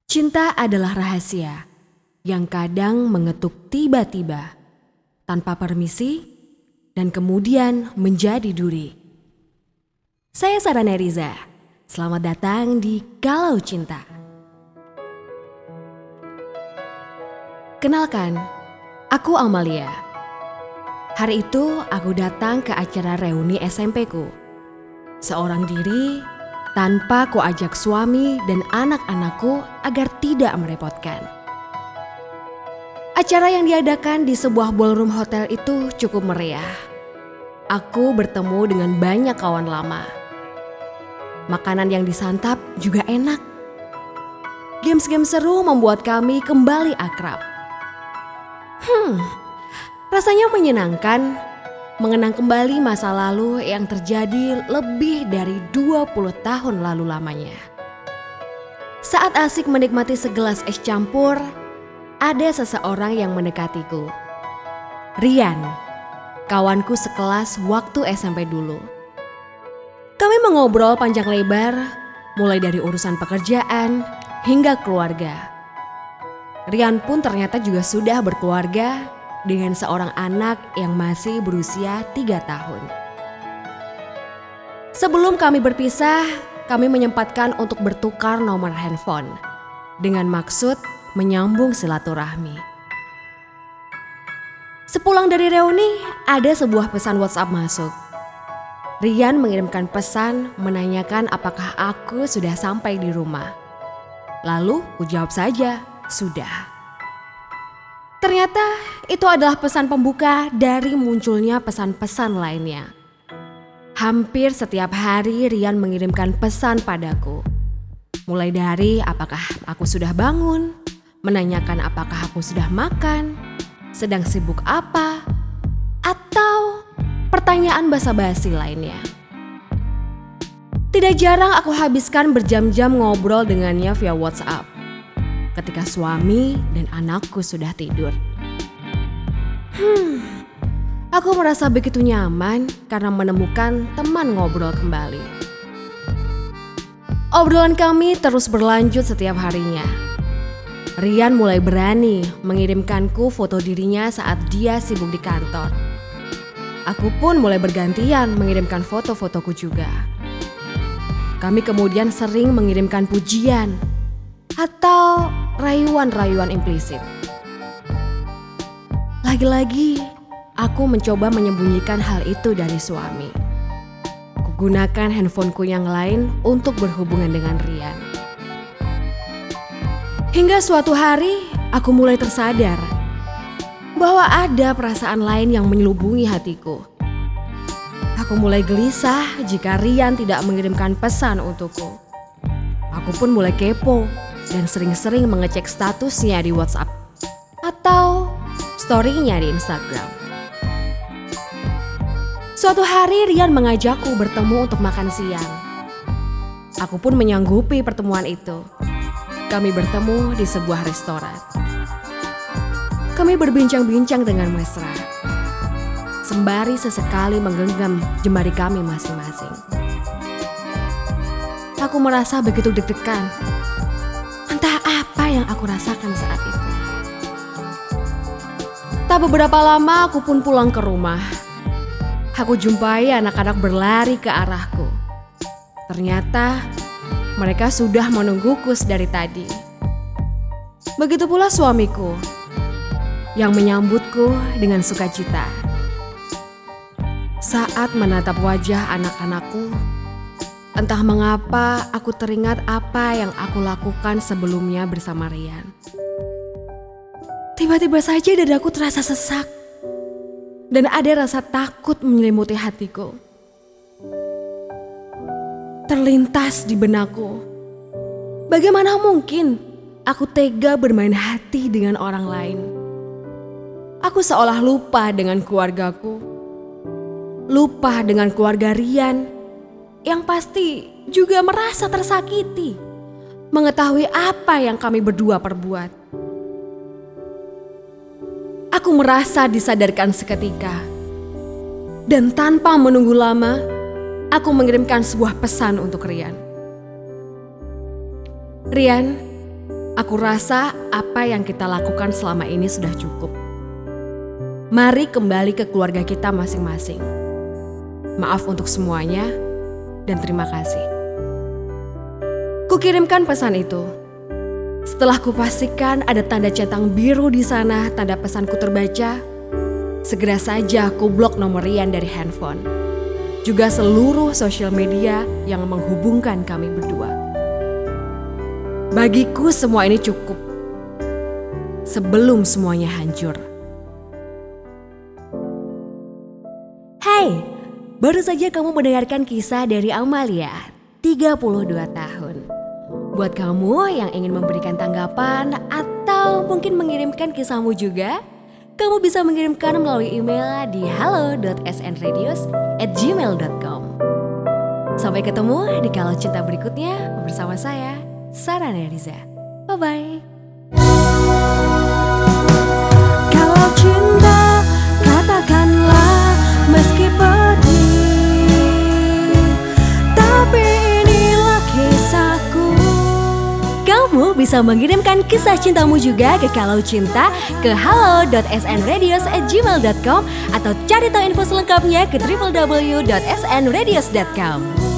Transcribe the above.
Cinta adalah rahasia yang kadang mengetuk tiba-tiba, tanpa permisi, dan kemudian menjadi duri. Saya Sarah Neriza, selamat datang di Galau Cinta. Kenalkan, aku Amalia. Hari itu aku datang ke acara reuni SMP-ku. Seorang diri, tanpa ku ajak suami dan anak-anakku agar tidak merepotkan. Acara yang diadakan di sebuah ballroom hotel itu cukup meriah. Aku bertemu dengan banyak kawan lama. Makanan yang disantap juga enak. Games-games seru membuat kami kembali akrab. Rasanya menyenangkan mengenang kembali masa lalu yang terjadi lebih dari 20 tahun lalu lamanya. Saat asik menikmati segelas es campur, ada seseorang yang mendekatiku. Rian, kawanku sekelas waktu SMP dulu. Kami mengobrol panjang lebar, mulai dari urusan pekerjaan hingga keluarga. Rian pun ternyata juga sudah berkeluarga dengan seorang anak yang masih berusia 3 tahun. Sebelum kami berpisah, kami menyempatkan untuk bertukar nomor handphone dengan maksud menyambung silaturahmi. Sepulang dari reuni, ada sebuah pesan WhatsApp masuk. Rian mengirimkan pesan menanyakan apakah aku sudah sampai di rumah. Lalu ku jawab saja, sudah. Ternyata itu adalah pesan pembuka dari munculnya pesan-pesan lainnya. Hampir setiap hari Rian mengirimkan pesan padaku. Mulai dari apakah aku sudah bangun, menanyakan apakah aku sudah makan, sedang sibuk apa, atau pertanyaan basa-basi lainnya. Tidak jarang aku habiskan berjam-jam ngobrol dengannya via WhatsApp ketika suami dan anakku sudah tidur. Aku merasa begitu nyaman karena menemukan teman ngobrol kembali. Obrolan kami terus berlanjut setiap harinya. Rian mulai berani mengirimkanku foto dirinya saat dia sibuk di kantor. Aku pun mulai bergantian mengirimkan foto-fotoku juga. Kami kemudian sering mengirimkan pujian atau rayuan-rayuan implisit. Lagi-lagi, aku mencoba menyembunyikan hal itu dari suami. Kugunakan handphoneku yang lain untuk berhubungan dengan Rian. Hingga suatu hari, aku mulai tersadar bahwa ada perasaan lain yang menyelubungi hatiku. Aku mulai gelisah jika Rian tidak mengirimkan pesan untukku. Aku pun mulai kepo dan sering-sering mengecek statusnya di WhatsApp atau story-nya di Instagram. Suatu hari Rian mengajakku bertemu untuk makan siang. Aku pun menyanggupi pertemuan itu. Kami bertemu di sebuah restoran. Kami berbincang-bincang dengan mesra, sembari sesekali menggenggam jemari kami masing-masing. Aku merasa begitu deg-degan. Entah apa yang aku rasakan saat itu. Tak beberapa lama aku pun pulang ke rumah. Aku jumpai anak-anak berlari ke arahku. Ternyata mereka sudah menungguku dari tadi. Begitu pula suamiku yang menyambutku dengan sukacita. Saat menatap wajah anak-anakku, entah mengapa aku teringat apa yang aku lakukan sebelumnya bersama Rian. Tiba-tiba saja dadaku terasa sesak dan ada rasa takut menyelimuti hatiku. Terlintas di benakku, bagaimana mungkin aku tega bermain hati dengan orang lain? Aku seolah lupa dengan keluargaku, lupa dengan keluarga Rian yang pasti juga merasa tersakiti mengetahui apa yang kami berdua perbuat. Aku merasa disadarkan seketika. Dan tanpa menunggu lama, aku mengirimkan sebuah pesan untuk Rian. Rian, Aku rasa apa yang kita lakukan selama ini sudah cukup. Mari kembali ke keluarga kita masing-masing. Maaf untuk semuanya dan terima kasih. Kukirimkan pesan itu. Setelah kupastikan ada tanda centang biru di sana, tanda pesanku terbaca, segera saja aku blok nomor Rian dari handphone. Juga seluruh sosial media yang menghubungkan kami berdua. Bagiku semua ini cukup sebelum semuanya hancur. Hai, baru saja kamu mendengarkan kisah dari Amalia, 32 tahun. Buat kamu yang ingin memberikan tanggapan atau mungkin mengirimkan kisahmu juga, kamu bisa mengirimkan melalui email di halo.snradios@gmail.com. Sampai ketemu di Kalau Cinta berikutnya bersama saya, Sarah Neriza. Bye-bye. Kalau cinta katakanlah meski pedih, tapi inilah kisahku. Kamu bisa mengirimkan kisah cintamu juga ke Kalau Cinta ke halo.snradios@gmail.com atau cari tahu info selengkapnya ke www.snradios.com.